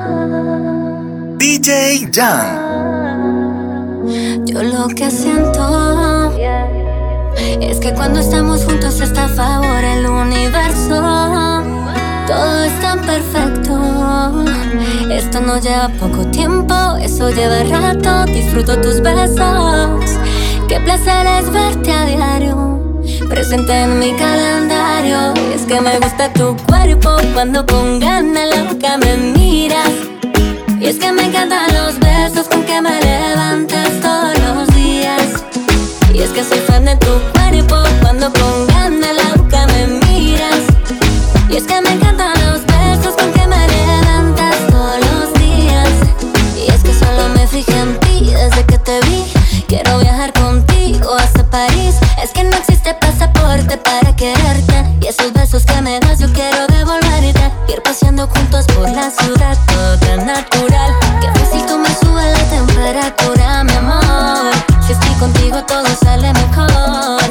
DJ Jan. Yo lo que siento es que cuando estamos juntos está a favor el universo. Todo es tan perfecto. Esto no lleva poco tiempo, eso lleva rato. Disfruto tus besos. Qué placer es verte a diario, presente en mi calendario. Y es que me gusta tu cuerpo cuando con ganas la boca me miras. Y es que me encantan los besos con que me levantas todos los días. Y es que soy fan de tu cuerpo cuando con ganas la boca me miras. Y es que me encantan los besos con que me levantas todos los días. Y es que solo me fijé en ti desde que te vi. Quiero viajar contigo hasta París. Es que no existe pasaporte para quererte. Y esos besos que me das yo quiero devolverte. Ir paseando juntos por la ciudad, todo tan natural. Qué fácil tú me subes la temperatura, mi amor. Si estoy contigo todo sale mejor.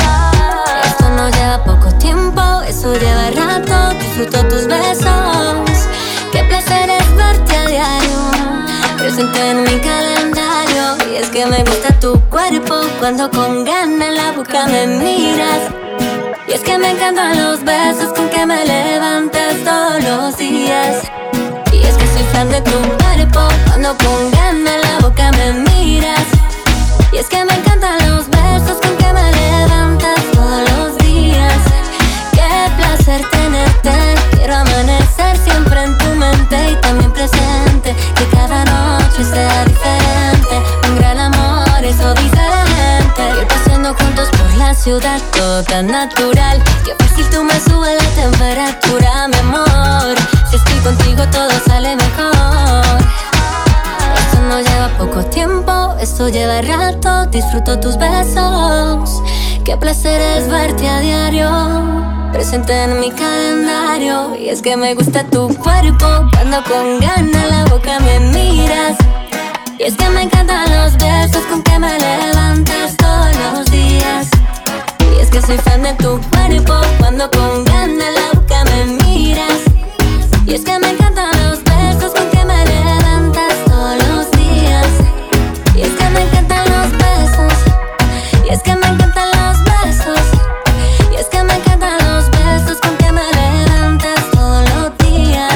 Esto no lleva poco tiempo, eso lleva rato. Disfruto tus besos. Qué placer es verte a diario, presente en mi calendario. Y es que me gusta tu cuerpo cuando con ganas en la boca me miras. Y es que me encantan los besos con que me levantas todos los días. Y es que soy fan de tu cuerpo cuando con ganas en la boca me miras. Y es que me encantan los besos con que me levantas todos los días. Qué placer tenerte. Quiero amanecer siempre en tu mente y también presente. Que cada noche sea diferente. Un gran amor, eso dice la gente. Ir paseando juntos por la ciudad, todo tan natural. Qué fácil tú me subes la temperatura, mi amor. Si estoy contigo todo sale mejor. Esto no lleva poco tiempo, esto lleva rato. Disfruto tus besos. Qué placer es verte a diario, presente en mi calendario. Y es que me gusta tu cuerpo cuando con ganas la boca me miras. Y es que me encantan los besos con que me levantas todos los días. Y es que soy fan de tu cuerpo cuando con ganas la boca me miras. Y es que me encantan los besos con que me levantas todos los días. Y es que me encantan los besos. Y es que me encantan los besos. Y es que me encantan los besos con que me levantas todos los días.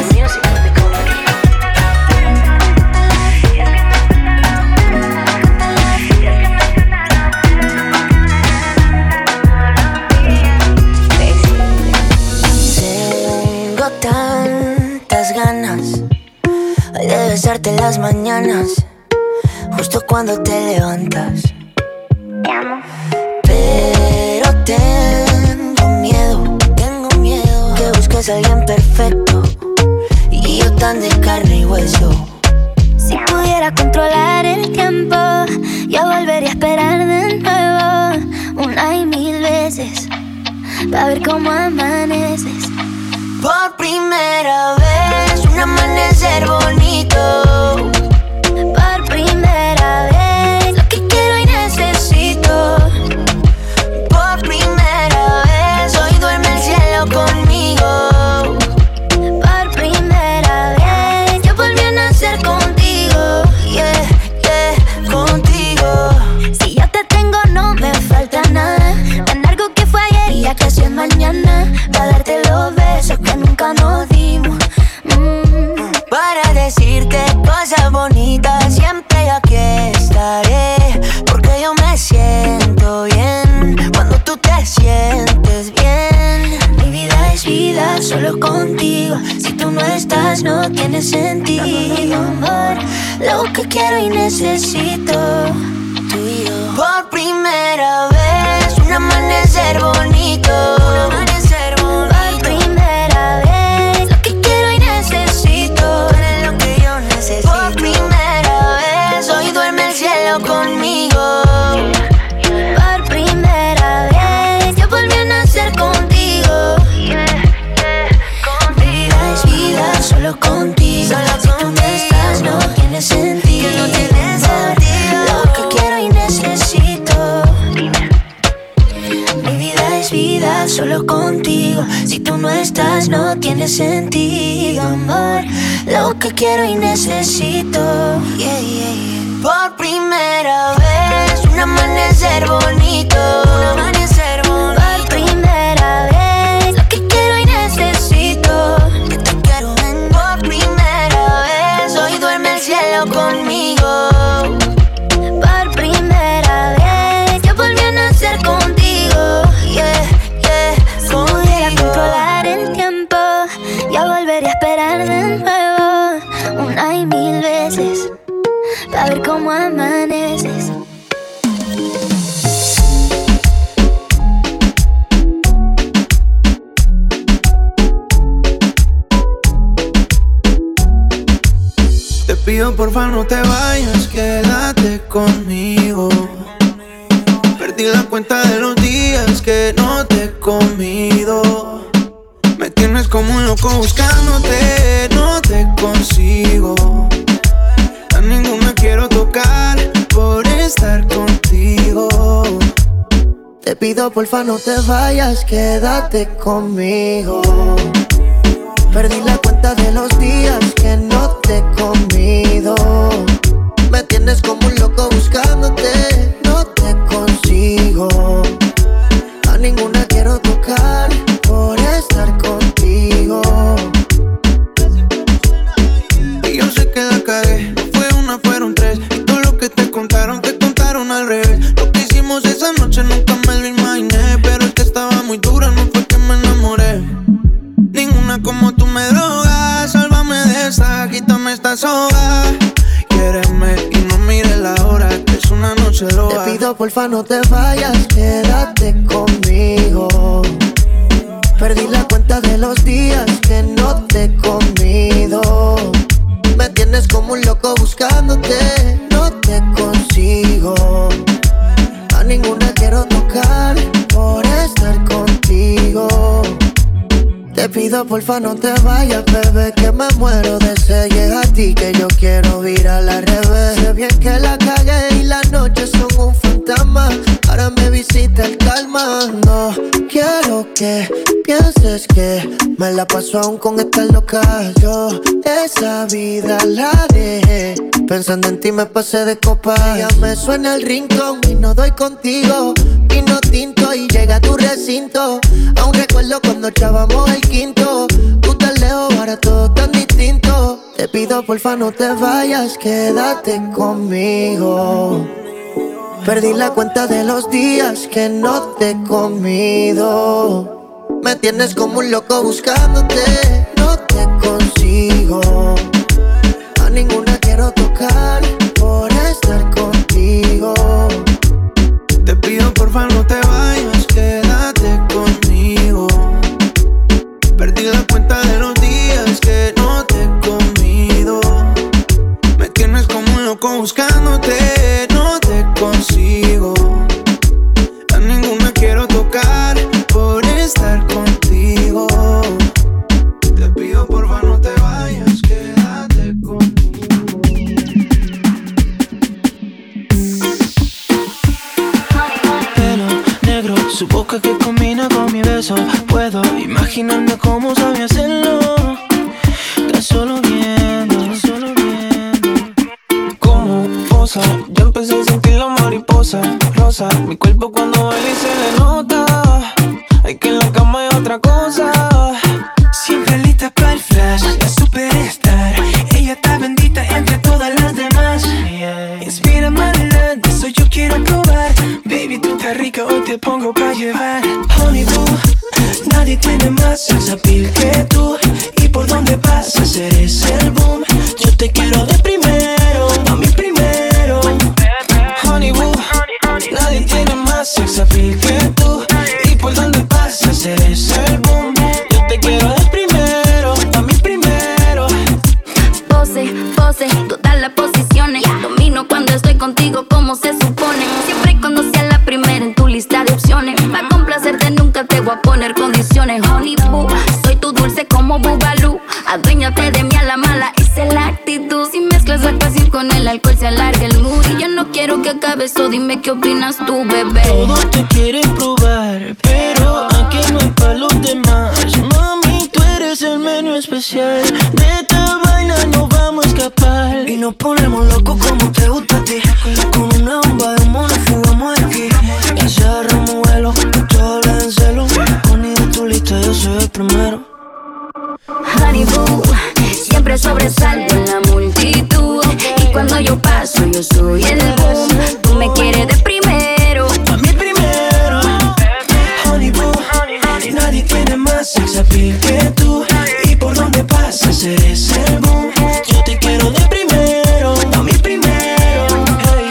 Tengo tantas ganas de besarte en las mañanas, justo cuando te levantas. Te amo. Pero tengo miedo que busques a alguien perfecto y yo tan de carne y hueso. Si pudiera controlar el tiempo, yo volvería a esperar de nuevo, una y mil veces, para ver cómo amaneces. Por primera vez, un amanecer bonito. Por primera vez, lo que quiero y necesito. Por primera vez, hoy duerme el cielo conmigo. Por primera vez, yo volví a nacer contigo. Yeah, contigo. Si yo te tengo no me falta nada. Tan largo que fue ayer y ya casi es mañana. Para darte los besos que nunca nos dimos. Para decirte cosas bonitas, siempre aquí estaré. Porque yo me siento bien cuando tú te sientes bien. Mi vida es vida solo contigo. Si tú no estás no tiene sentido, amor. Lo que quiero y necesito, tú y yo. Por primera vez, un amanecer bonito. Por primera vez, lo que quiero y necesito. Eres lo que yo necesito. Por primera vez, hoy duerme el cielo conmigo. Por primera vez, yo volví a nacer contigo. Mi vida es vida solo contigo. Si tú no estás no tiene sentido. Lo que quiero y necesito. Mi vida es vida cielo contigo. Si tú no estás, no tiene sentido, amor. Lo que quiero y necesito, yeah, yeah, yeah. Por primera vez, un amanecer bonito, un amanecer bonito. Por primera vez, lo que quiero y necesito, que te quiero en. Por primera vez, hoy duerme el cielo conmigo. Por primera vez, yo volví a nacer contigo, yeah, yeah. Si pudiera controlar el tiempo, yo volvería a esperar de nuevo, una y mil veces, para ver cómo amaneces. Te pido porfa no te vayas, quédate conmigo. Perdí la cuenta de los días que no te he comido. Me tienes como un loco buscándote, no te consigo. A ninguna quiero tocar por estar contigo. Te pido porfa no te vayas, quédate conmigo. Perdí la cuenta de los días que no te he comido. Me tienes como un loco buscándote, no te consigo. A ninguna quiero tocar por estar contigo. Y yo sé que la cagué, no fue una, fueron tres. Y todo lo que te contaron al revés. Lo que hicimos esa noche nunca me lo imaginé, pero es que estaba muy dura, no fue que me enamoré. Ninguna como tú me droga, sálvame de esta, quítame esta soga. Quiéreme y no mires la hora, que es una noche loca. Te pido porfa no te vayas, quédate conmigo. Perdí la cuenta de los días que no te he comido. Me tienes como un loco buscándote, no te consigo. A ninguna quiero tocar por estar contigo. Te pido porfa no te vayas, bebé, que me muero de sed. Llega a ti que yo quiero ir a la revés. Sé bien que la cagué y las noches son un fantasma. Ahora me visita el calma. No quiero que pienses que me la paso aún con esta loca. Yo esa vida la dejé, pensando en ti me pasé de copa. Ya me suena el rincón y no doy contigo. Vino tinto y llega a tu recinto. Aún recuerdo cuando echábamos el quinto. Tú tan lejos, ahora todo tan distinto. Te pido porfa no te vayas, quédate conmigo. Perdí la cuenta de los días que no te he comido. Me tienes como un loco buscándote, no te consigo. A ninguna quiero tocar por estar contigo. Te pido porfa no te vayas, quédate conmigo. Perdí la cuenta de los días que no te he comido. Me tienes como un loco buscándote, no te consigo. A ninguna quiero tocar por estar contigo. Te pido porfa no te vayas, quédate conmigo. Pelo negro, su boca que combina con mi beso. Puedo imaginarme cómo sabe hacerlo, tan solo viendo. Como posa, ya empecé a sentir la mariposa rosa. Mi cuerpo cuando baila y se le nota. Hay que en la cama hay otra cosa. Siempre lista para el flash, la superstar. Ella está bendita entre todas las demás. Inspírame adelante, eso yo quiero probar. Baby, tú estás rica, hoy te pongo pa' llevar. Honey boo, nadie tiene más sex appeal que tú. Y por donde pasas eres el boom. Yo te quiero de primero, a mí primero. Honey boo, nadie tiene más sex appeal que tú. Y por donde pasas eres el boom. Yo te quiero de primero, a mí primero. Pose, pose, todas las posiciones. Domino cuando estoy contigo como se supone. Siempre y cuando sea la primera en tu lista de opciones. Para complacerte nunca te voy a poner condiciones. Honey boo, soy tu dulce como Bubalú. Aduéñate de mí a la mala, esa es la actitud. Si mezclas la pasión con el alcohol se alarga el mood. Y yo no quiero que acabe eso, dime qué opinas tú, bebé. Todos te quieren probar, pero aquí no hay palabras. especial. De esta vaina no vamos a escapar. Y nos ponemos locos como te gusta a ti. Con una bomba de humo nos fugamos de aquí. Y cerramos vuelo, todo lo en celo. Honey, de tu lista yo soy el primero. Honey boo, siempre sobresalgo en la multitud. Y cuando yo paso yo soy el boom. Tú me quieres de primero, A mí primero. Honey boo, nadie tiene más sex appeal que tú. Y por donde pasas eres el boom. Yo te quiero de primero, a mí primero. Hey.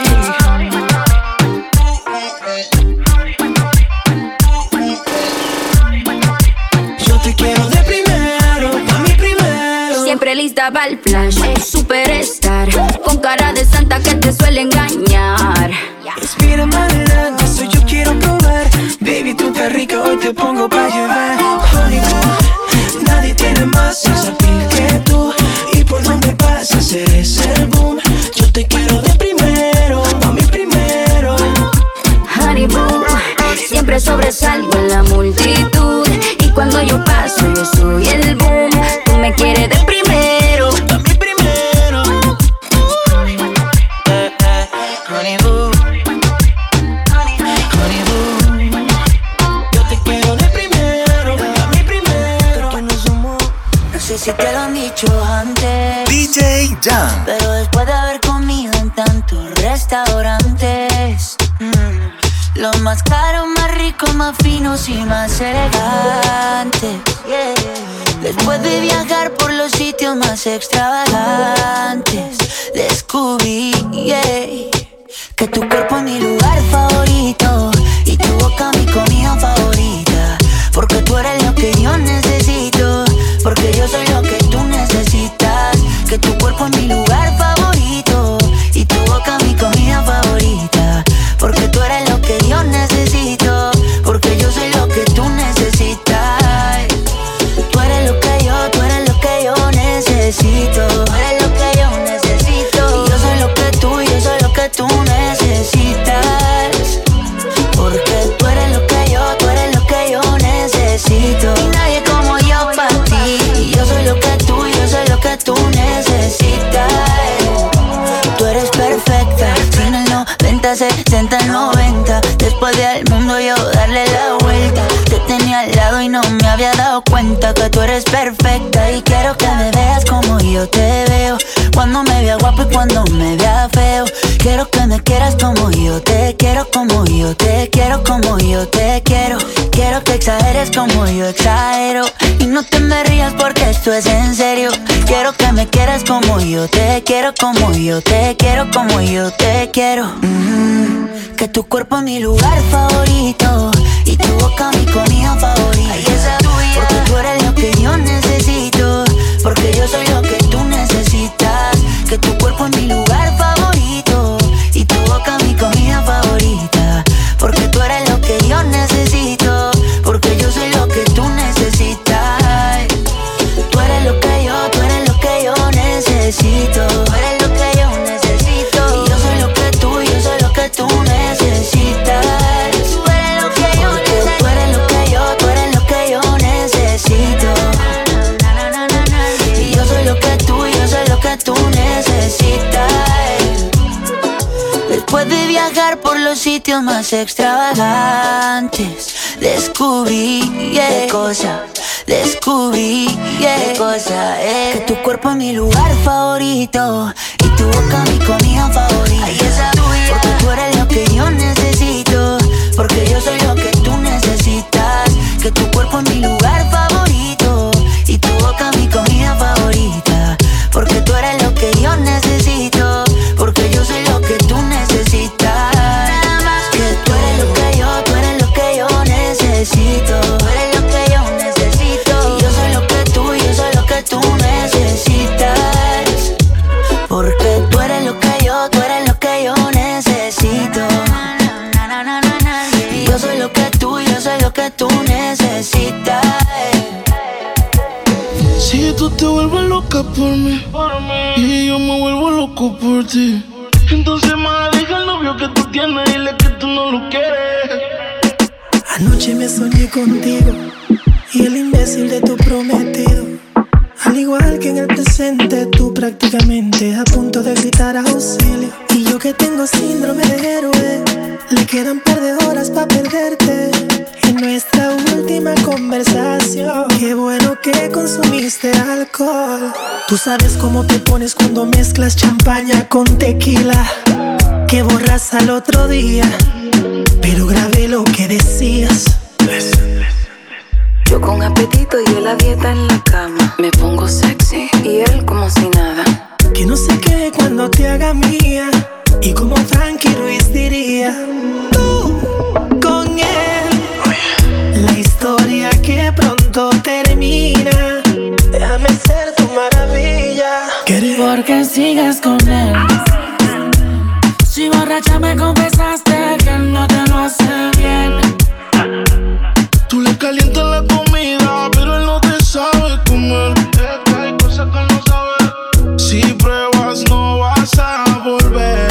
Yo te quiero de primero, a mí primero. siempre lista para el flash. Superstar, con cara de santa que te suele engañar. Respira más adelante, eso yo quiero probar. Baby, tú estás rica, hoy te pongo pa' llevar. Honey boo, nadie tiene más sex appeal que tú. Y por donde pasas eres el boom. Yo te quiero de primero, a mí primero. Honey boo, siempre sobresalgo en la multitud. Y cuando yo paso yo soy el boom. Tú me quieres de primero, A mí primero. Honey boo, honey boo. Yo te quiero de primero, a mí primero. Porque no somos. No sé si te lo han dicho antes, DJ Jan. pero después de haber comido en tantos restaurantes, los más caros, más ricos, más finos y más elegantes, yeah. Después de viajar por los sitios más extravagantes, descubrí, yeah, que tu cuerpo es mi lugar favorito y tu boca mi comida favorita. Porque tú eres lo que yo necesito, porque yo soy lo que tú necesitas. Que tu cuerpo es mi lugar favorito y tu boca mi comida favorita. Porque tú eres lo que yo necesito, porque yo soy lo que tú necesitas. Tú eres lo que yo necesito. Tú eres lo que yo necesito. Y yo soy lo que tú necesitas. Porque tú eres lo que yo necesito. Y nadie como yo para ti. Y yo soy lo que tú necesitas. Tú eres perfecta, sin el 90, 60, 90. Después del mundo yo darle la vuelta. Te tenía al lado y no me había dado cuenta que tú eres perfecta. Y quiero que me veas como yo te veo, cuando me vea guapo y cuando me vea feo. Quiero que me quieras como yo te quiero, como yo te quiero, como yo te quiero. Quiero que exageres como yo exagero. Y no te me rías porque esto es en serio. Quiero que me quieras como yo te quiero, como yo te quiero, como yo te quiero. Que tu cuerpo es mi lugar favorito y tu boca mi comida favorita. Porque tú eres lo que yo necesito, porque yo soy lo que tú necesitas. Que tu cuerpo es mi lugar favorito y tu boca mi comida favorita. Porque tú eres lo que yo necesito, porque yo soy lo que tú necesitas. Tú eres lo que yo necesito. Tú eres lo que yo necesito. Y yo soy lo que tú necesitas. Tú eres lo que yo necesito. Tú eres lo que yo necesito. Y yo soy lo que tú necesitas. Después de viajar por los sitios más extravagantes, descubrí, yeah, qué cosa. Descubrí, yeah, qué cosa es. Que tu cuerpo es mi lugar favorito y tu boca mi comida favorita. Porque tú eres lo que yo necesito, porque yo soy lo que tú necesitas. Que tu cuerpo es mi lugar favorito y tu boca mi comida favorita. Porque tú eres lo que yo necesito, porque yo soy lo que tú necesitas. Que tú eres lo que yo necesito. Tú eres lo que yo necesito. Y yo soy lo que tú necesitas. Porque tú eres lo que yo necesito. Y yo soy lo que tú necesitas. Si tú te vuelves loca por mí y yo me vuelvo loco por ti, entonces más deja el novio que tú tienes, dile que tú no lo quieres. Anoche me soñé contigo y el imbécil de tu prometido. Al prácticamente a punto de gritar auxilio. Y yo que tengo síndrome de héroe, le quedan par de horas pa' perderte. En nuestra última conversación, qué bueno que consumiste alcohol. Tú sabes cómo te pones cuando mezclas champaña con tequila, que borras al otro día, pero grabé lo que decías. Yo con apetito y él a dieta en la cama. Me pongo sexy y él como si nada. Que no se quede cuando te haga mía, y como Frankie Ruiz diría, tú con él, la historia que pronto termina. Déjame ser tu maravilla. Porque sigues con él. Si borracha me confesaste que él no te lo hace bien. Tú le calientas la comida, pero él no te sabe comer. Es que hay cosas que no sabe. Si pruebas no vas a volver.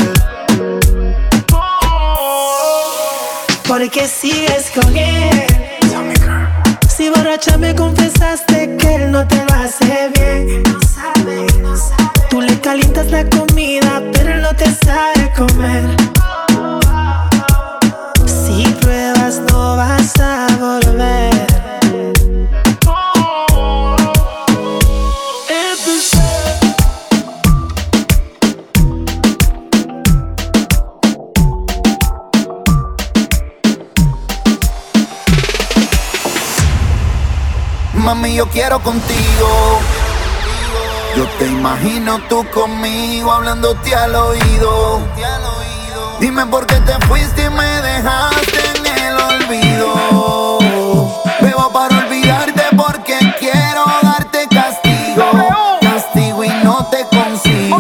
Porque sigues con él. Si borracha me confesaste que él no te lo hace bien. No sabe, no sabe. Tú le calientas la comida, pero él no te sabe comer. Si pruebas no vas a volver. Mami, yo quiero contigo. Yo te imagino tú conmigo hablándote al oído. Dime por qué te fuiste y me dejaste en el olvido. Bebo para olvidarte porque quiero darte castigo. Castigo y no te consigo.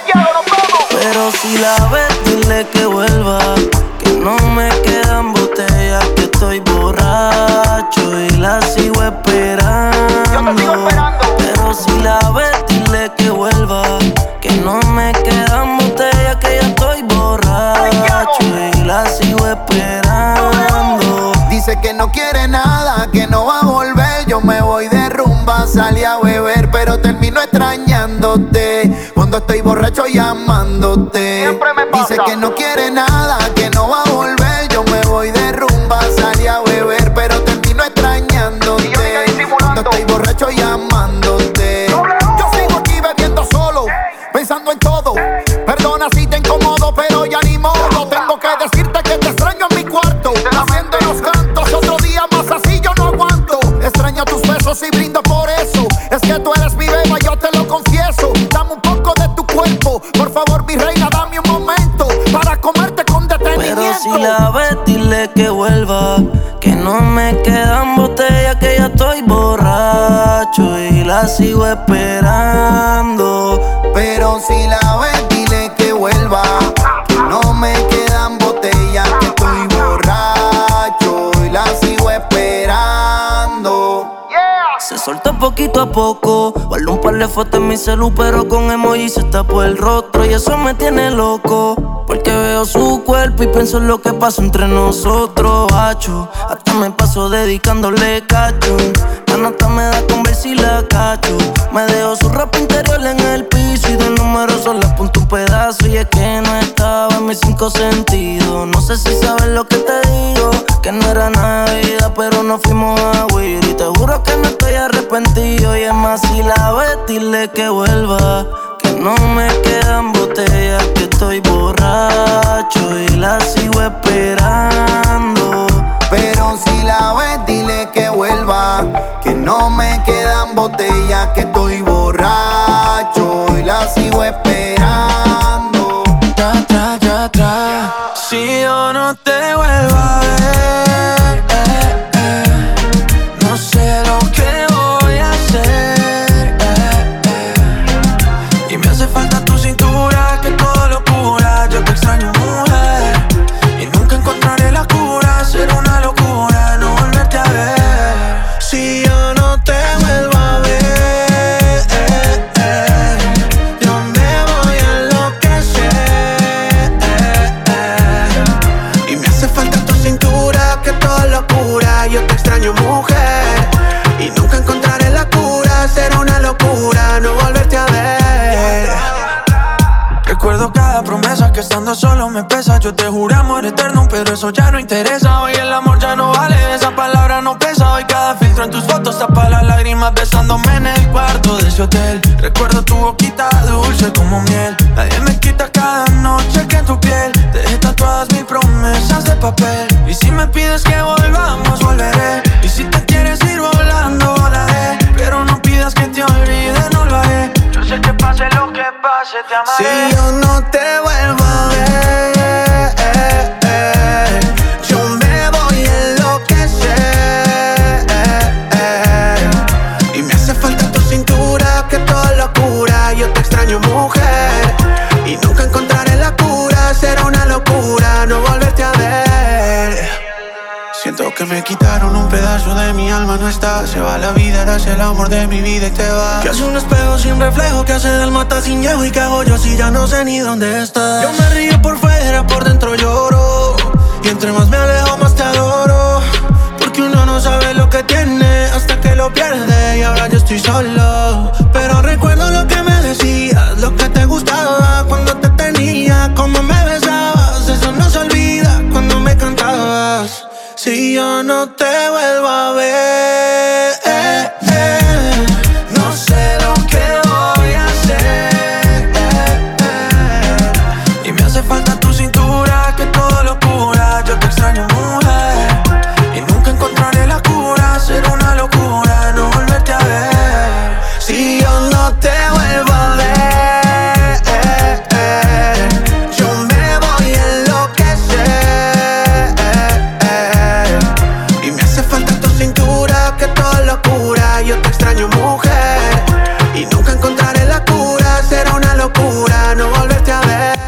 Pero si la ves, dile que vuelva, que no me quedan botellas, que estoy borracho y la sigo esperando. Yo te sigo esperando. Pero si la ves, dile que vuelva, que no me quedan botellas, que ya estoy borracho y la sigo esperando. Dice que no quiere nada, que no va a volver. Yo me voy de rumba, salí a beber, pero termino extrañándote cuando estoy borracho llamándote. Siempre me pasa. Dice que no quiere nada, que no va a volver. Yo me voy de rumba, salí a beber, pero termino extrañándote cuando estoy borracho llamándote. Yo sigo aquí bebiendo solo, pensando en todo. Perdona si te incomodo, pero ya ni modo. Tengo que decirte que te extraño en mi cuarto, haciendo los cantos. Otro día más así yo no aguanto. Extraño tus besos y brindo por eso. Es que tú eres mi beba, yo te lo confieso. Dame un poco de tu cuerpo, por favor, mi reina, dame un momento para comerte con detenimiento. Pero si la ves, dile que vuelva, que no me quedan botellas, que ya estoy borracho y la sigo esperando. Pero si la ves, dile que vuelva, que no me quedan botellas, que estoy borracho y la sigo esperando. Se soltó poquito a poco, guardo un par de fotos en mi celu, pero con emoji se tapó el rostro y eso me tiene loco. Porque veo su cuerpo y pienso en lo que pasó entre nosotros, hacho. Hasta me paso dedicándole cacho. La nota me da con ver si la cacho. Me dejo su ropa interior en el piso y de número solo apunto un pedazo. Y es que no estaba en mis 5 sentidos. No sé si sabes lo que te digo, que no era Navidad, pero nos fuimos a huir. Y te juro que no estoy arrepentido. Y es más, si la ves, dile que vuelva, que no me quedan botellas, que estoy borracho y la sigo esperando. Pero si la ves, dile que vuelva, que no me quedan botellas, que estoy borracho y la sigo esperando. Si yo no te vuelvo a ver, no sé lo que voy a hacer, y me hace falta tu cintura, que todo lo cura. Yo te extraño, mujer, y nunca encontraré la cura. Será una locura no volverte a ver. Si yo no te vuelvo a ver, yo me voy cada promesa que estando solo me pesa. Yo te juré amor eterno, pero eso ya no interesa. Hoy el amor ya no vale, esa palabra no pesa. Hoy cada filtro en tus fotos tapa las lágrimas besándome en el cuarto de ese hotel. Recuerdo tu boquita dulce como miel. Nadie me quita cada noche que en tu piel te dejé tatuadas mil promesas de papel. Y si me pides que volvamos, volveré. Y si te quieres ir volando, volaré. Pero no pidas que te olvide, no lo haré. Yo sé que pase lo que pase, te amaré. Si yo no te vuelvo a ver, yo me voy a enloquecer. Y me hace falta tu cintura, que todo lo cura. Yo te extraño, mujer, y nunca encontraré la cura. Será una locura no volverte a ver. Siento que me quitaron un pedazo de mi alma, no está. Se va la vida, eras el amor de mi vida y te vas. Que hace un espejo sin reflejo, que hace del mata sin llevo. Y que hago yo si ya no sé ni dónde estás. Yo me río por fuera, por dentro lloro. Y entre más me alejo, más te adoro. Porque uno no sabe lo que tiene hasta que lo pierde. Y ahora yo estoy solo. Pero recuerdo lo que me decías, lo que te gustaba cuando te tenía, cómo me besabas. Eso no se olvida cuando me cantabas. Si yo no te vuelvo a ver, no sé lo que voy a hacer. Y me hace falta tu cintura, que todo lo cura. Yo te extraño, mujer, y nunca encontraré la cura. Será una locura no volverte a ver. Si yo no te vuelvo a ver, yo me voy a enloquecer. Y me hace falta tu cintura, que todo lo cura. Yo te extraño, mujer, y nunca encontraré la cura. Será una locura no volverte a ver.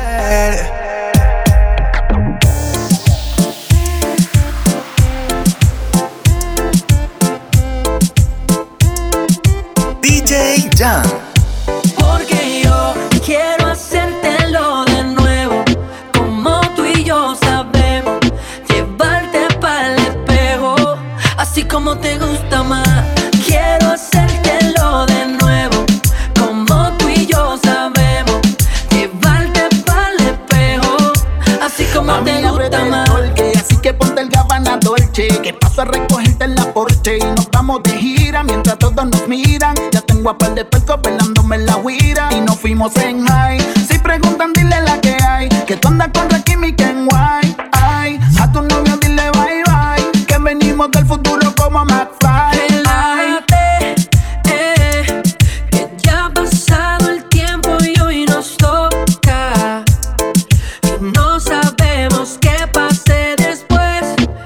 DJ Jan. Porque yo quiero hacértelo de nuevo, como tú y yo sabemos. Llevarte pa'l espejo, así como te gusta más. Quiero hacértelo de nuevo, como tú y yo sabemos. Llevarte pa'l espejo, así como te gusta más. Así que ponte el Gabbana Dolce, que paso a recogerte en la Porsche. Y nos vamos de gira mientras todos nos miran. Ya tengo a par de percos velándome en la guira. Y nos fuimos en high. Si preguntan, dile la que hay, que tú andas con Rakim y Ken White. Ay, a tu novio dile bye bye, que venimos del futuro como McFly. Relájate, que ya ha pasado el tiempo y hoy nos toca. Y no sabemos qué pase después.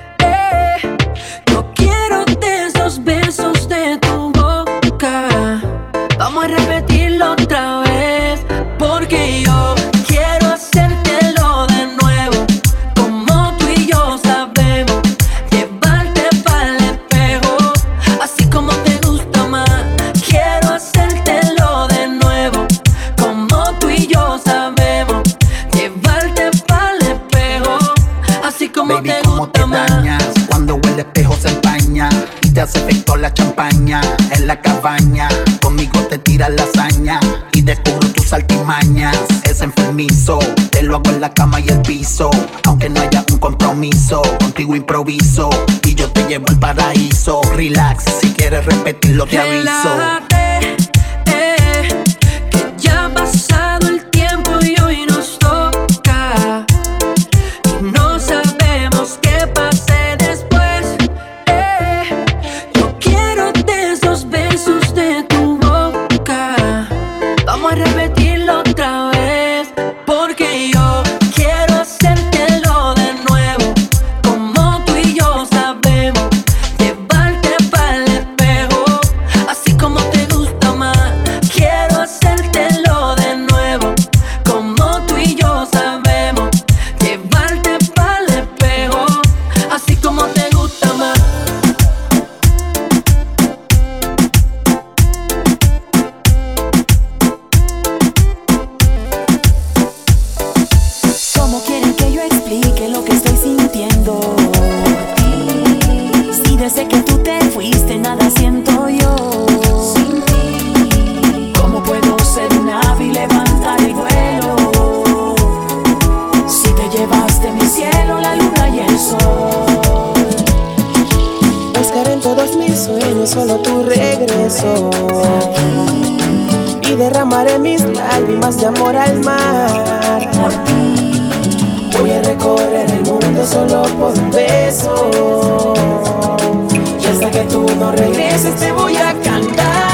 Yo quiero de esos besos de tu boca. Vamos a repetirlo otra vez, porque yo quiero hacértelo de nuevo, como tú y yo sabemos. Llevarte pa'l espejo, así como te gusta más. Quiero hacértelo de nuevo, como tú y yo sabemos. Llevarte pa'l espejo, así como Baby, te ¿cómo gusta te más. dañas cuando el espejo se empaña y te hace efecto la champaña en la cabaña? Conmigo te tiras lasaña y descubro tus artimañas. Es enfermizo, te lo hago en la cama y el piso. Aunque no haya un compromiso, contigo improviso y yo te llevo al paraíso. Relax, si quieres repetirlo te aviso. Relájate, que ya ha pasado el tiempo y hoy nos toca. Y no sabemos qué pase después. Yo quiero de esos besos de tu boca. Vamos a repetirlo otra vez, porque yo quiero hacértelo de nuevo, como tú y yo sabemos. Llevarte pa'l espejo, así como te gusta más. Quiero hacértelo de nuevo, como tú y yo sabemos. Llevarte pa'l espejo, así como te gusta más. ¿Cómo quieren que yo explique lo que estoy sintiendo? Si desde que tú te fuiste nada siento yo. Sin ti, ¿cómo puedo ser un ave y levantar el vuelo? sueño solo tu regreso. Y derramaré mis lágrimas de amor al mar. Por ti voy a recorrer el mundo solo por un beso. Y hasta que tú no regreses te voy a cantar.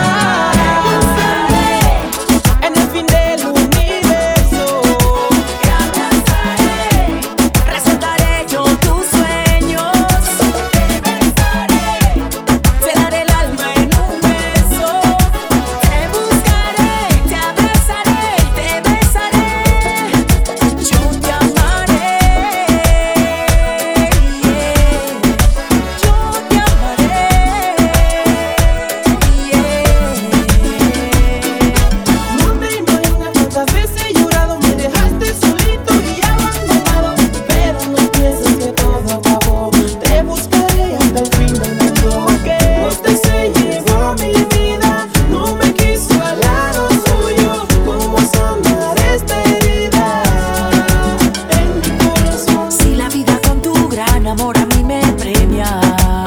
En el fin del universo te abrazaré, recetaré yo tus sueños. Te besaré, te daré el alma en un beso. Te buscaré, te abrazaré, te besaré. Yo te amaré, yo te amaré. No me imaginas cuántas veces he llorado, me dejaste solito y abandonado. Pero no pienses que todo acabó, te buscaré hasta el fin del mundo. Porque usted se llevó mi vida, no me quiso al lado suyo. ¿Cómo sanar esta herida en mi corazón? Si la vida con tu gran amor a mí me premia,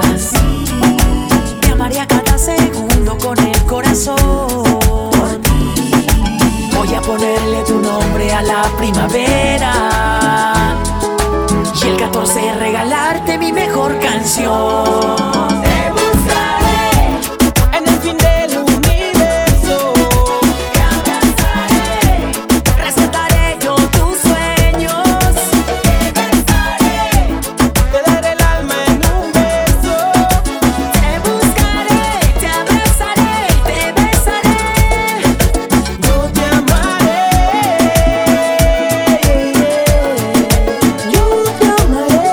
te amaría cada segundo con el corazón. Voy a ponerle tu nombre a la primavera y el 14 regalarte mi mejor canción. Te buscaré en el fin del universo. Te abrazaré, recetaré yo tus sueños. Te besaré, Te daré el alma en un beso. te buscaré, te abrazaré, te besaré. Yo te amaré, yo te amaré.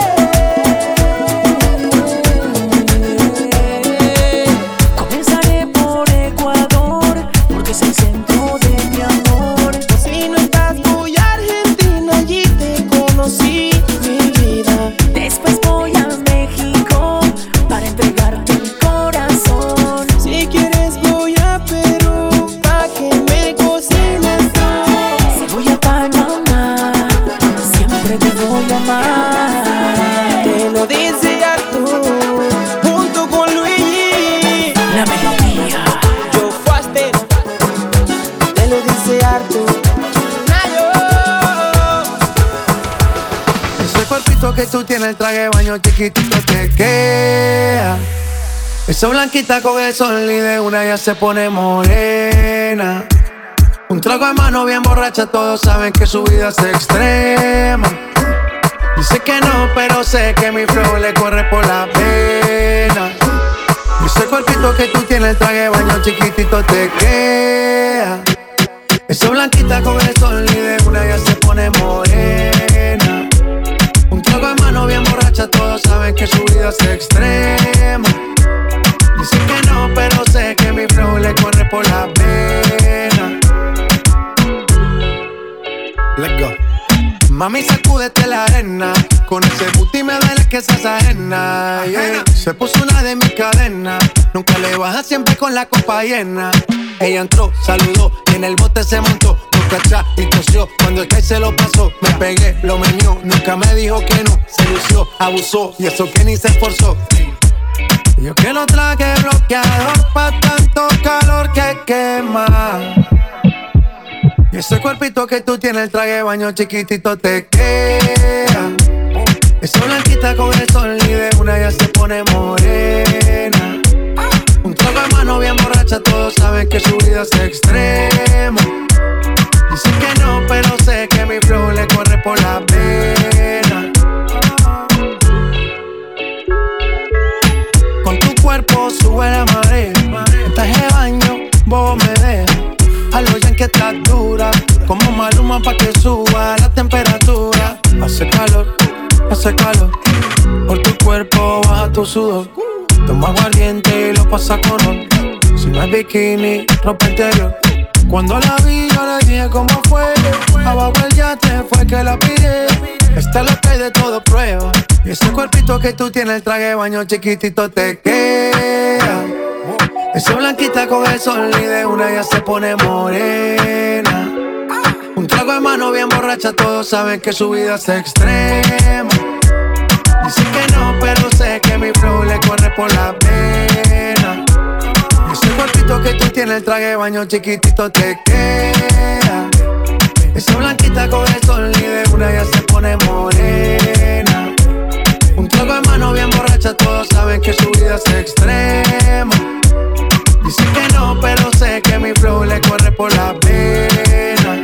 Comenzaré por Ecuador, porque es el centro de mi amor. Si no estás, voy a Argentina, allí te conocí, mi vida. Después voy a México para entregarte mi corazón. Si quieres, voy a Perú, pa' que me cocines tú. Si voy a Panamá, siempre te voy a amar. Te lo dice Artur, junto con Luigi. La melodía. Yo Faster, te lo dice Artur. Ese cuerpito que tú tienes, el traje de baño chiquitito te queda. Esa blanquita con el sol y de una ya se pone morena. Un trago de mano bien borracha, todos saben que su vida es extrema. Dice que no, pero sé que mi flow le corre por la pena. Ese cuerpito que tú tienes, el traje de baño chiquitito te queda. Esa blanquita con el sol y de una ya se pone morena. Un trago de mano bien borracha, todos saben que su vida es extrema. Dice que no, pero sé que mi flow le corre por la pena. Let's go. Mami, sacúdete la arena. Con ese booty me duele que seas ajena, yeah. Se puso una de mis cadenas. Nunca le baja, siempre con la copa llena. Ella entró, saludó y en el bote se montó. No cachá y tosió, cuando el que se lo pasó. Me pegué, lo menió, nunca me dijo que no. Se lució, abusó y eso que ni se esforzó. Yo que lo traje bloqueador pa' tanto calor que quema. Y ese cuerpito que tú tienes, el traje de baño chiquitito te queda. Esa blanquita con el sol y de una ya se pone morena. Un trago de mano bien borracha, todos saben que su vida es extrema. Dicen que no, pero sé que mi flow le corre por la pena. Con tu cuerpo sube la marea. En traje de baño, vos me dejas. A lo ya que estás dura, como Maluma pa' que suba la temperatura. Hace calor, por tu cuerpo baja tu sudor. Toma aguardiente y lo pasa con ron. Si no es bikini, ropa interior. Cuando la vi yo le dije cómo fue. Abajo el yate fue que la pide. Esta es lo que hay de todo prueba. Y ese cuerpito que tú tienes, el traje de baño chiquitito te queda. Esa blanquita con el sol y de una ya se pone morena. Un trago de mano bien borracha, todos saben que su vida es extrema. Dice que no, pero sé que mi flow le corre por la pena. Ese cuerpito que tú tienes, el traje de baño chiquitito te queda. Esa blanquita coge el sol y de una ya se pone morena. Un trago de mano bien borracha, todos saben que su vida es extrema. Dice que no, pero sé que mi flow le corre por la pena.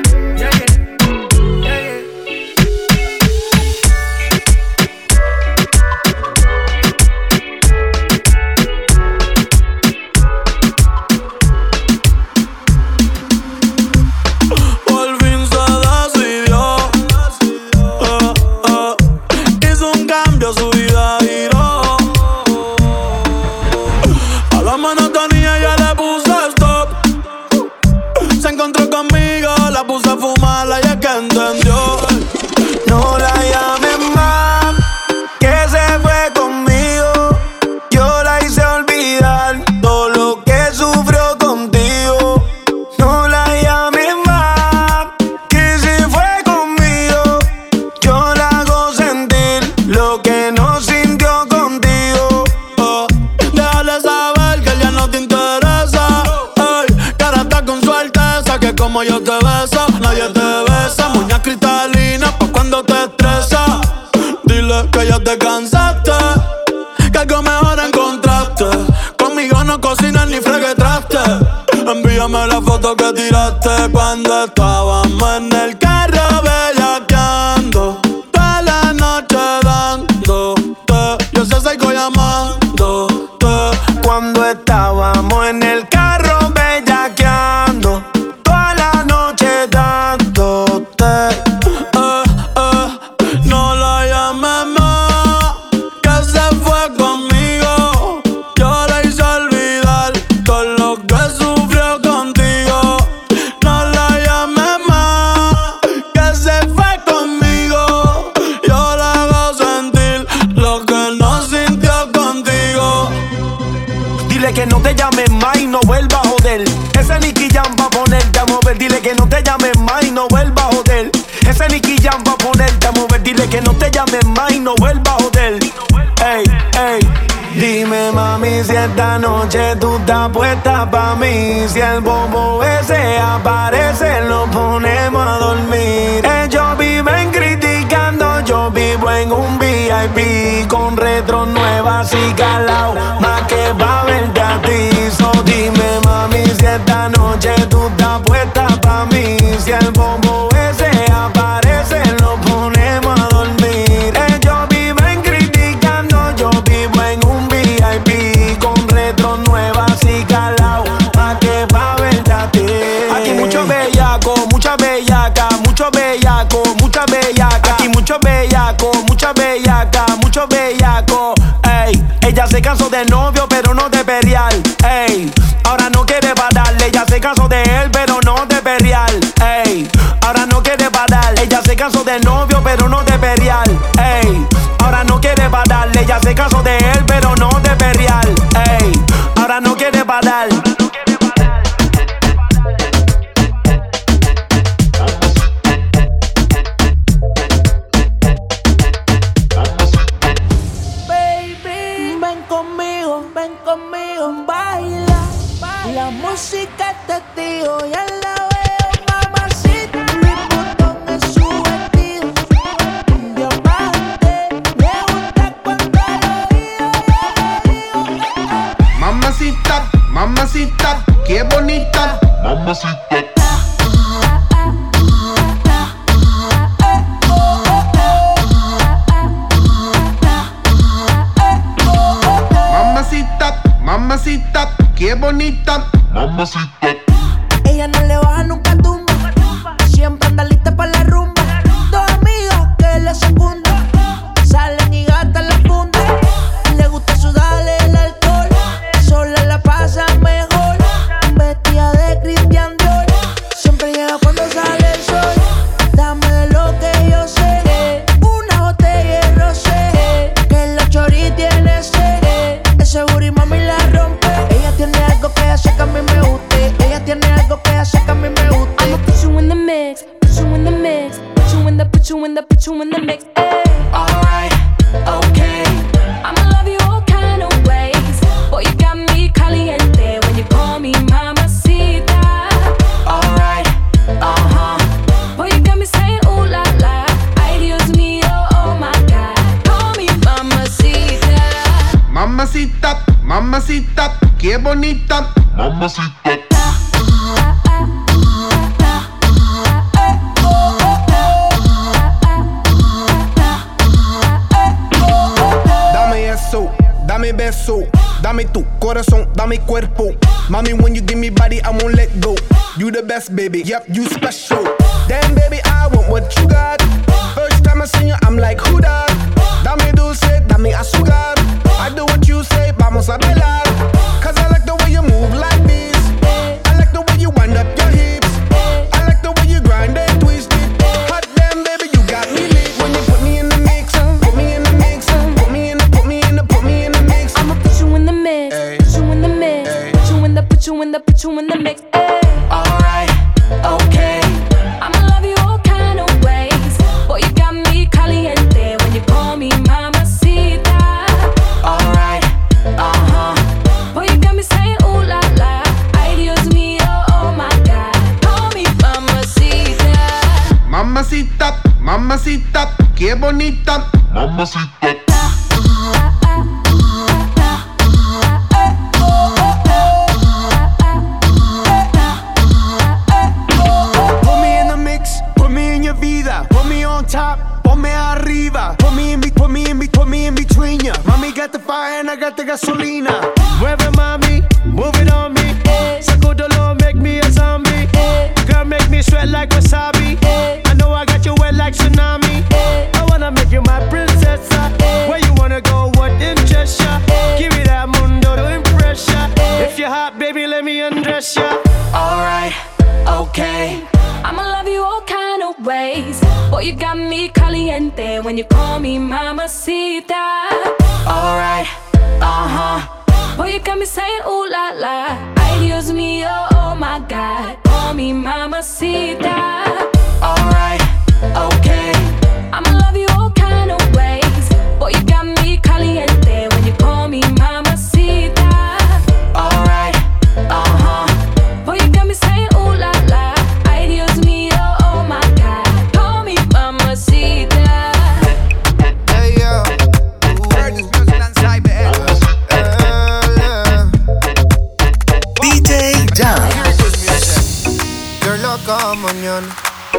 Yo te beso, nadie te besa. Muñeca cristalina pa' cuando te estresas. Dile que ya te cansaste, que algo mejor encontraste. Conmigo no cocinas ni freguetraste. Envíame la foto que tiraste cuando estábamos en el carro bellaqueando. Toda la noche dándote, yo sé sigo llamándote. Cuando estábamos en el carro bellaqueando. No la llames más, que se fue conmigo. Yo la hice olvidar todo lo que sufrió contigo. No la llames más, que se fue conmigo. Yo la hago sentir lo que no sintió contigo. Dile que no te llames más y no vuelva a joder. Ese Nicky Jam va a ponerte a mover. Dile que no te llames más y no vuelva a joder. Ese Nicky Jam va a ponerte a mover. Dile que no te llames más y no vuelva a joder. Ey, ey. Dime mami si esta noche tú estás puesta pa' mí. Si el bobo ese aparece lo ponemos a dormir. Ellos viven criticando, yo vivo en un VIP. Con retro nuevas y calao, más que pa' verte a ti. So dime mami si esta noche tú estás puesta pa' mí. Si el bobo ese aparece lo ponemos a dormir. Ellos viven criticando, yo vivo en un VIP. Con retro nuevas y calao, más que pa' verte a ti. Aquí mucho bellaco, mucha bellaca, mucho bellaco, mucha bellaca. Aquí mucho bellaco, mucha bellaca, mucho bellaco. Ey, ella se cansó de novio pero no de perrear. Ey, ahora no quiere pararle. Ella se cansó de él pero no de perrear. Ey, ahora no quiere parar. Ella se cansó de novio pero no de perrear. Ey, ahora no quiere pararle. Ella se cansó de él pero no de perrear. Ey, ahora no quiere parar. Baila, la música es testigo, ya la veo, mamacita. Louis Vuitton es su vestido, un diamante, me gusta cuando lo oído. Mamacita, mamacita, qué bonita. Mamacita. Mamacita, qué bonita. Mamacita. Ella no le baja nunca tumba. Siempre anda lista para la rumba. Dos amigas que le secundan. Salen y gastan la funda. Le gusta sudarle el alcohol. Sola la pasa mejor. Vestida de Christian Dior. Siempre llega cuando sale el sol. Dame de lo que yo sé. Una botella de rosé. Que la chori tiene sed. Ese booty mami la rompe. Ella tiene algo que hace que a mí me guste. Ella tiene algo que hace que a mí me guste. qué bonita. Mamacita. Dame eso, dame beso, dame tu corazón, dame cuerpo. Mommy, when you give me body, I won't let go. You the best, baby, yep, you special. Damn, baby, I want what you got. First time I see you, I'm like, who that? Dame dulce, dame azúcar. I do what you say, vamos a bailar. Cause I like the way you move like this. I like the way you wind up your hips. I like the way you grind and twist it. Hot damn, baby, you got me lit. When you put me in the mix, put me in the mix, put me in the mix. I'ma put you in the mix, put you in the mix, put you in the mix. Alright, okay. I'ma love you all kind of ways. Boy, you got me caliente when you call me mamacita. Alright, Boy, you got me saying ooh la la. Ay, Dios mío, oh my God. Call me mamacita. Mamacita, mamacita, qué bonita. Mamacita. Put me in the mix, put me in your vida. Put me on top, ponme arriba. Put me in between ya. Mami got the fire and I got the gasolina. Mueve mami, move it on me. Saco dolor, make me a zombie. Girl, make me sweat like wasabi. I know I got you wet like tsunami. I wanna make you my princessa. Where you wanna go, what interests ya? Give me that mundo to impress ya. If you're hot, baby, let me undress ya. alright, okay. I'ma love you all kind of ways. Boy, you got me caliente when you call me mamacita. Alright, Boy, you got me saying ooh la la. Ay, Dios mío, oh my God. Call me mamacita. alright, okay. I'ma love you all kind of ways. Boy, you got me caliente when you call me mamacita. Alright, Boy, you got me saying ooh la la. Ay, Dios mío, oh my God. Call me mamacita. Hey, yo. DJ Jam. Girl, cada mañana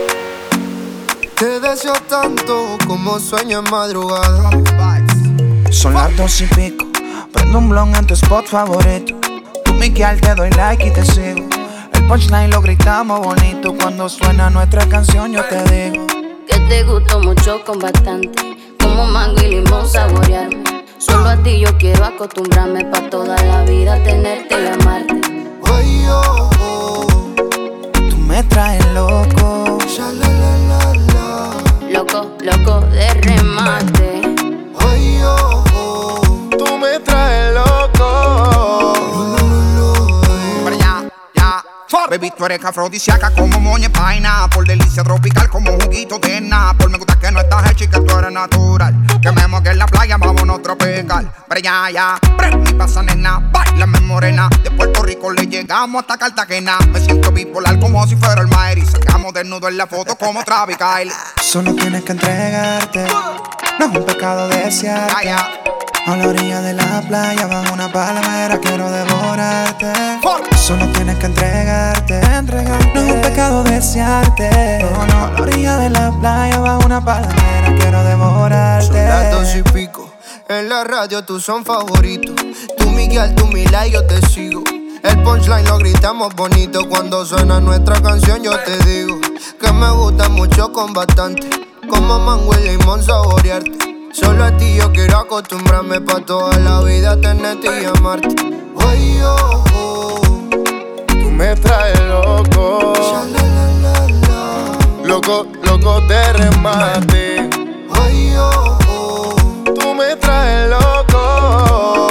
te deseo tanto como sueño en madrugada. Son las 2:00 prendo un blon en tu spot favorito. Tú, Miguel, te doy like y te sigo. El punchline lo gritamos bonito. Cuando suena nuestra canción yo te digo que te gusto mucho con bastante, como mango y limón saborearme. Solo a ti yo quiero acostumbrarme pa' toda la vida tenerte y amarte. Ay, oh, oh. Tú me traes loco, loco, loco de remate. Ay, oh, oh. Tú me traes loco. Baby, tú eres afrodisíaca como moña paina. Por delicia tropical como juguito de Por me gusta que no estás hecha y que tú eres natural. Que me moque en la playa, vámonos tropical. Pero ya, prende y pasa nena, bailame morena. De Puerto Rico le llegamos hasta Cartagena. Me siento bipolar como si fuera el Mayri. Sacamos desnudo en la foto como Travis Kyle. solo tienes que entregarte. No es un pecado desearte. A la orilla de la playa, bajo una palmera, quiero devorarte. Solo tienes que entregarte. No es un pecado desearte. No, a la orilla de la playa, bajo una palmera, quiero devorarte. Son las 2:00 en la radio, tú son favoritos. Tú Miguel, tú Mila y yo te sigo. El punchline lo gritamos bonito. Cuando suena nuestra canción yo te digo que me gusta mucho con bastante, como mango y limón saborearte. Solo a ti yo quiero acostumbrarme pa' toda la vida tenerte y amarte. Ay, oh, oh. Tú me traes loco, loco, loco de remate. Ay, oh, oh. Tú me traes loco,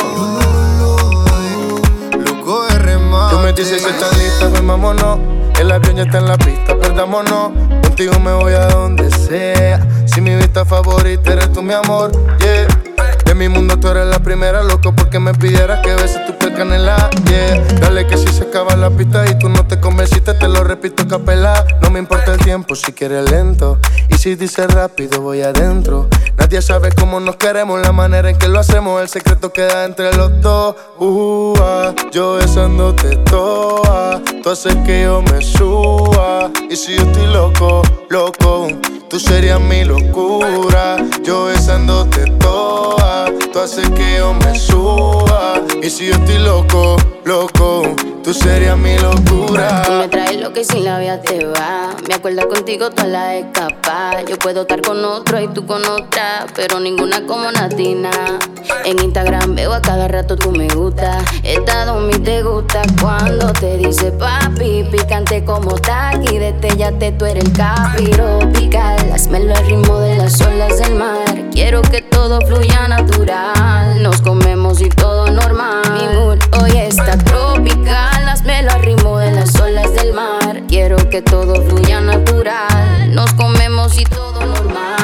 loco de remate. Tú me dices que estás lista, pues vámonos. El avión ya está en la pista, perdámonos. Contigo me voy a donde sea. Si mi vista favorita eres tú, mi amor, yeah. mi mundo tú eres la primera, loco, porque me pidieras que beses tu piel canela, yeah. Dale que si se acaba la pista y tú no te convenciste, te lo repito a capela. No me importa el tiempo si quieres lento, y si dices rápido voy adentro. Nadie sabe cómo nos queremos, la manera en que lo hacemos, el secreto queda entre los dos. Yo besándote toa, tú haces que yo me suba. Y si yo estoy loco, loco, tú serías mi locura. Yo besándote toa, tú haces que yo me suba. Y si yo estoy loco, loco, tú serías mi locura. Tú me traes lo que sin la vida te va. Me acuerdo contigo toda la escapada. Yo puedo estar con otro y tú con otra, pero ninguna como Natina. En Instagram veo a cada rato tú me gusta. Esta domi te gusta cuando te dice papi. Picante como taqui, destellate, tú eres el capiro pical. Hazmelo al ritmo de las olas del mar. Quiero que todo fluya natural. Nos comemos y todo normal. Mi mood hoy está tropical. Hazmelo al ritmo de las olas del mar. Quiero que todo fluya natural. Nos comemos y todo normal.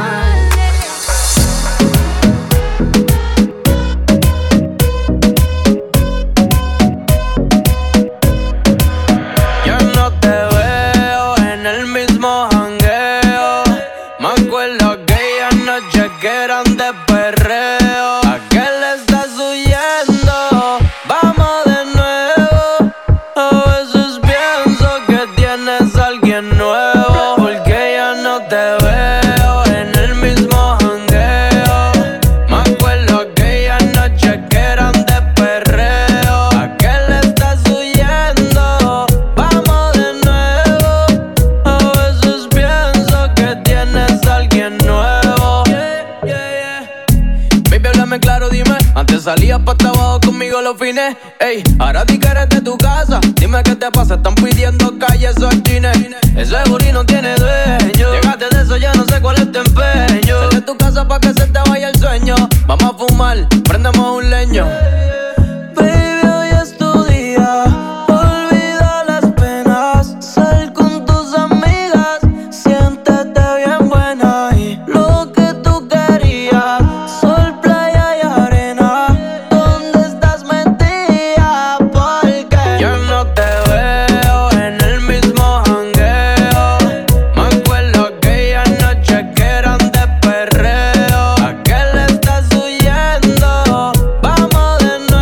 Salías pa' abajo conmigo los fines. Ey, ahora di que eres de tu casa. Dime qué te pasa, están pidiendo calle esos chines. Ese booty no tiene dueño. Llegaste de eso, ya no sé cuál es tu empeño. Sal de tu casa pa' que se te vaya el sueño. Vamos a fumar, prendemos un leño. Baby, hoy es tu día. Olvida las penas. Sal con tus amigas. Siéntete bien buena. Y lo que tú querías. Sol, playa y arena. ¿Dónde estás metida? Porque yo no te veo en el mismo jangueo. Me acuerdo aquella noche que eran de perreo. ¿A qué le estás huyendo? Vamos de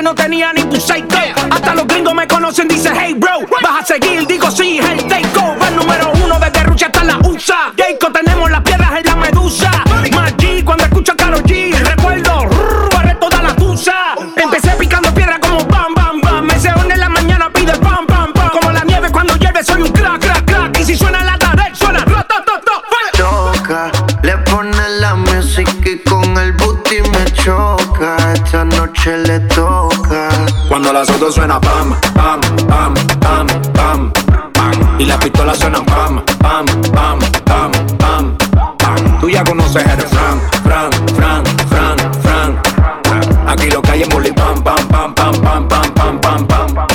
no tenía ni tu psycho. Hasta los gringos me conocen, dice hey bro. ¿Vas a seguir? Digo sí, es el takeover. Número 1 desde Rusia hasta la USA. Jayco, tenemos las piedras en la medusa. Maggi, cuando escucho a Karol G, recuerdo, barré toda la tusa. Empecé picando piedra como bam, bam, bam. Me se en la mañana, pide pam, pam, pam. Como la nieve cuando llueve, soy un crack, crack, crack. Y si suena la tarde, suena ro, to, to, to. Toca, le pone la música y con el booty me choca. Esta noche le toca. Cuando las otras suena pam, pam, pam, pam, pam, pam. Y las pistolas suenan pam, pam, pam, pam, pam, pam. Tú ya conoces el refrán, fran, fran, fran, fran. Aquí lo que hay es bully pam, pam, pam, pam, pam, pam, pam, pam, pam.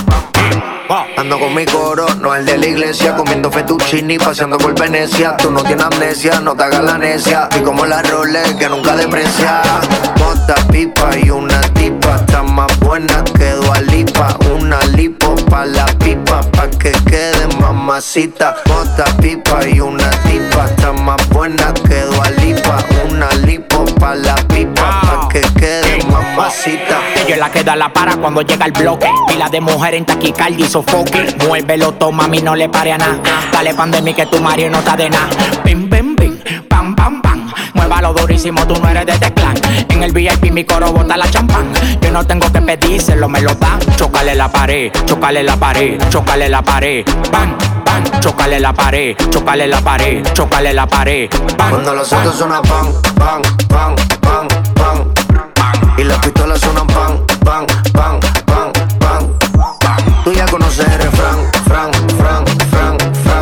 Ando con mi coro, no el de la iglesia. Comiendo fettuccini, paseando por Venecia. Tú no tienes amnesia, no te hagas la necia. Y como la Rolex que nunca deprecia. Bota, pipa y una tipa. Está más buena que Dua Lipa. Una lipo pa' la pipa, pa' que quede mamacita. Bota, pipa y una tipa. Está más buena que Dua Lipa. Una lipo pa' la pipa, pa' que quede mamacita. Ella es la que da la para cuando llega el bloque. Pila de mujer en taquicardia y sofoque. Muévelo, toma, mami, no le pare a nada. Dale pan de mí que tu marido no está de nada. Pim, pim, pim, pam, pam, pam. Muévalo durísimo, tú no eres de teclán. En el VIP mi coro bota la champán. Yo no tengo que pedírselo, me lo dan. Chócale la pared, chócale la pared, chócale la pared. Bam, bam, chócale la pared, chócale la pared, chócale la pared. Bam, cuando los autos suenan pan, pan, pan, pan, pan, pan. Y las pistolas suenan pan, pan, pan, pan, pan. Tú ya conoces el refrán, fran, fran, fran,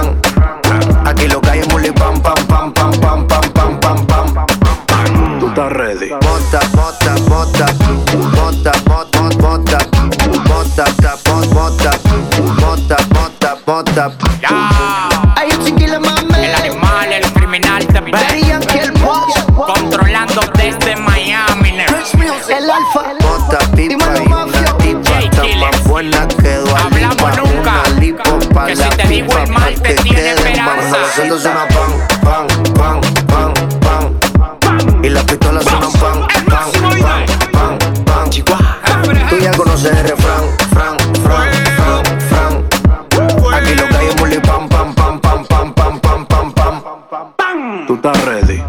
fran. Aquí lo que hay es bully pam, pam, pam, pam, pam, pam, pam, pam, pam. Tú estás ready. Bota, bota, bota, bota, bota, bota, bota, bota, bota, bota, bota. Hay un chiquillo mame. El animal, el criminal también. Controlando desde Miami. El alfa. Bota, pipa y una tipa. Está más buena que Dua Lipa. Hablamos nunca. Una lipo pa' que la si te digo el mal te tiene esperanza. Los suena pan, pan, pan, pan, pan. Y las pistolas suenan pan, pan, pan, pan, pan. Tú ya conoces el refrán, fran, fran, fran, fran. Aquí lo que hay es bully pam, pam, pam, pam, pam, pam, pam, pam, pam. Tú estás ready.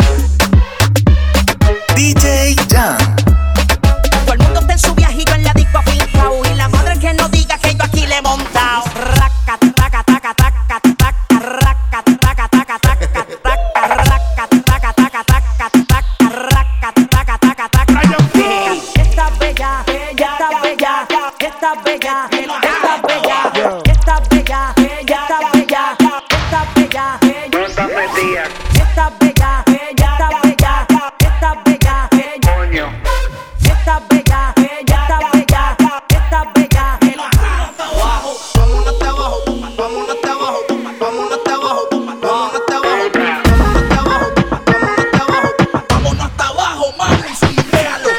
DJ Jan. Todo el mundo está en su viajillo en la disco afincao. Y la madre que no diga que yo aquí le he montao. Raca, taca, taca, taca, taca, raca, taca, taca, taca, taca, raca, taca, taca, taca, taca, raca, taca, taca, taca. Esta bella, esta bella, esta bella, esta bella, esta bella, esta bella, esta bella, esta bella, esta bella, esta bella, esta bella, esta bella, esta bella, esta bella. Vámonos hasta abajo, vámonos hasta abajo, vámonos hasta abajo, vámonos hasta abajo, vámonos hasta abajo, mami, sí, déjalo.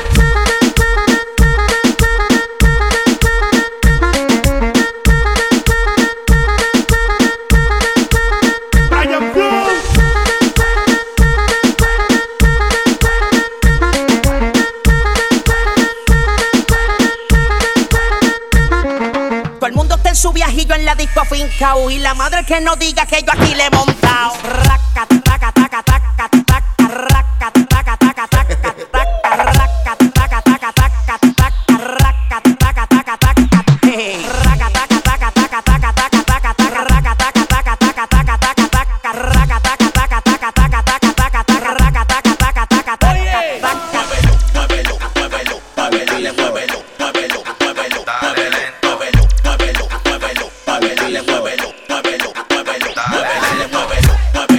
Todo el mundo está en su viajillo en la disco afincao. Y la madre que no diga que yo aquí le he montao. Raca, taca, taca, taca, taca, raca, taca, taca, taca, taca, raca, taca, taca, taca, taca, raca, taca, taca, taca, raca, taca, taca, taca, taca, taca, taca, raca, taca, taca, taca, taca, taca, raca, taca, taca, taca, taca, taca, taca, raca, taca, taca, taca, taca. Muévelo, muévelo, muévelo, dale, muévelo, muévelo, muévelo, dale lento, muévelo, muévelo, muévelo, dale, muévelo, muévelo, muévelo, dale, muévelo, muévelo.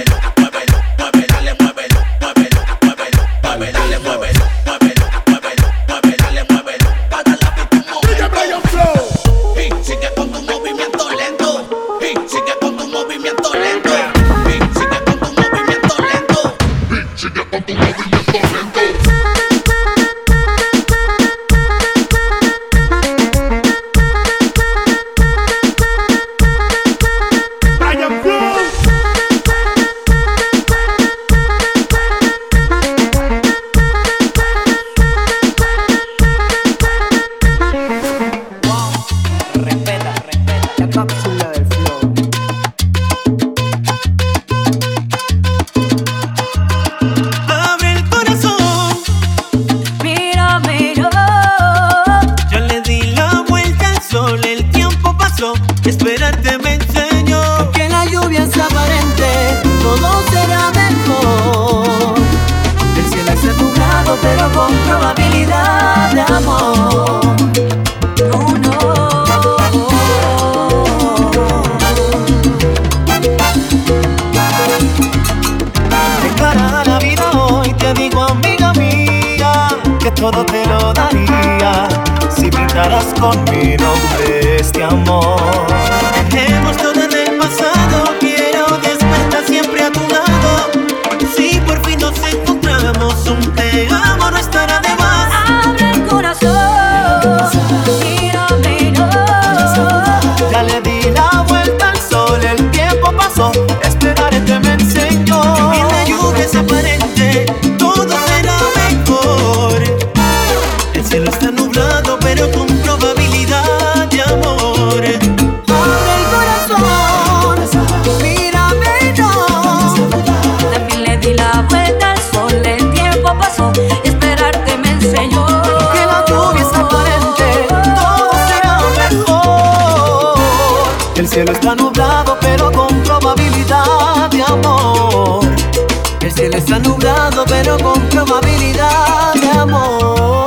todo te lo daría si pintaras con mi nombre este amor. Dejemos todo en el pasado, quiero despertar siempre a tu lado. Si por fin nos encontramos, un te amo no estará de más. Abre el corazón, mírame, no. Ya le di la vuelta al sol, el tiempo pasó, esperarte me enseñó. En la lluvia es aparente, todo será mejor. El cielo está nublado, pero con probabilidad de amor. Abre el corazón, mírame, no. También le di la vuelta al sol, el tiempo pasó, esperarte me enseñó. Que la lluvia es aparente, todo será mejor. El cielo está nublado, pero con probabilidad de amor. El cielo está nublado, pero con probabilidad de amor.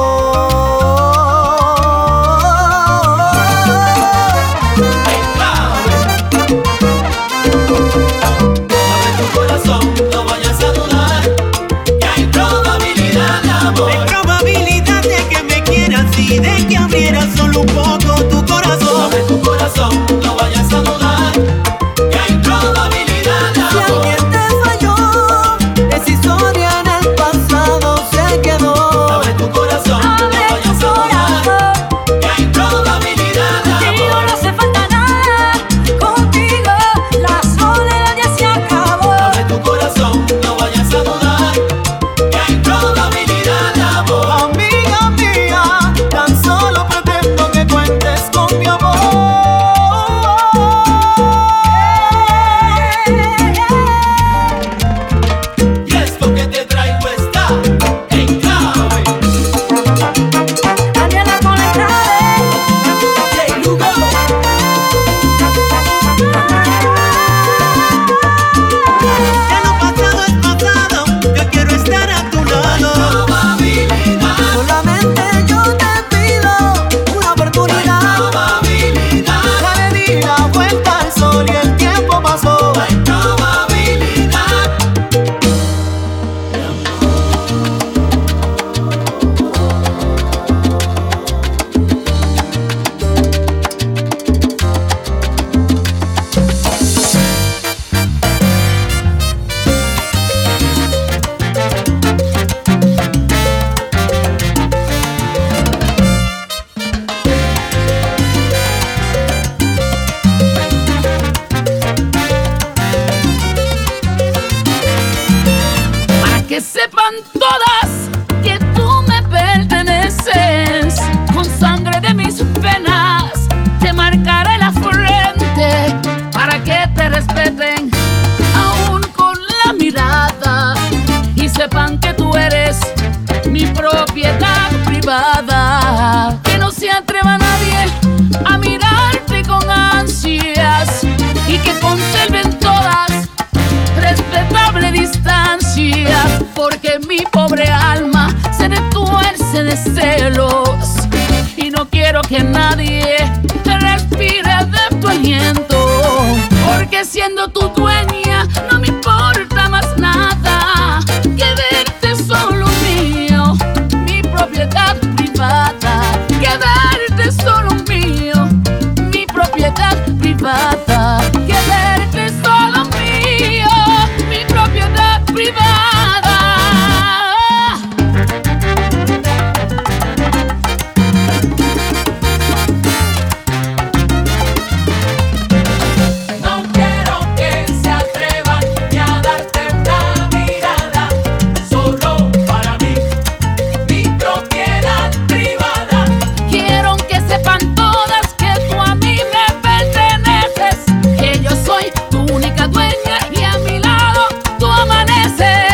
Abre tu corazón, no vayas a dudar, que hay probabilidad de amor. Hay probabilidad de que me quieras y de que abrieras solo un poco tu corazón. Abre tu corazón, no vayas a dudar, que hay probabilidad de Si amor. alguien te falló, esa historia en el pasado se quedó. Abre tu corazón, no vayas a dudar, que hay probabilidad de amor. Contigo no hace falta nada, contigo la soledad ya se acabó. Abre tu corazón, no vayas a dudar, que hay probabilidad de amor. Amiga mía, tan solo pretendo que cuentes con mi amor. Y esto que te traigo está en clave. Daniela con la clave. J. Lugo. Ya lo pasado es pasado, yo quiero estar a tu lado. Probabilidad, Solamente yo te pido una oportunidad. probabilidad, Ya le di la vuelta al sol y el tiempo pasó. hay probabilidad. Para que sepan todas que tú me perteneces. Con sangre de mis venas te marcaré la frente para que te respeten aún con la mirada y sepan que tú eres mi propiedad privada. Que no se atreva nadie a mirarte con ansias y que conserven todas respetable distancia, porque mi pobre alma se retuerce de celos y no quiero que nadie respire de tu aliento, porque siendo tu dueña no me importa más nada que verte solo mío, mi propiedad privada, que verte solo mío, mi propiedad privada, que verte solo mío, mi propiedad privada. No quiero que se atrevan ni a darte una mirada, solo para mí, mi propiedad privada. Quiero que sepan todas que tú a mí me perteneces, que yo soy tu única dueña y a mi lado tú amaneces.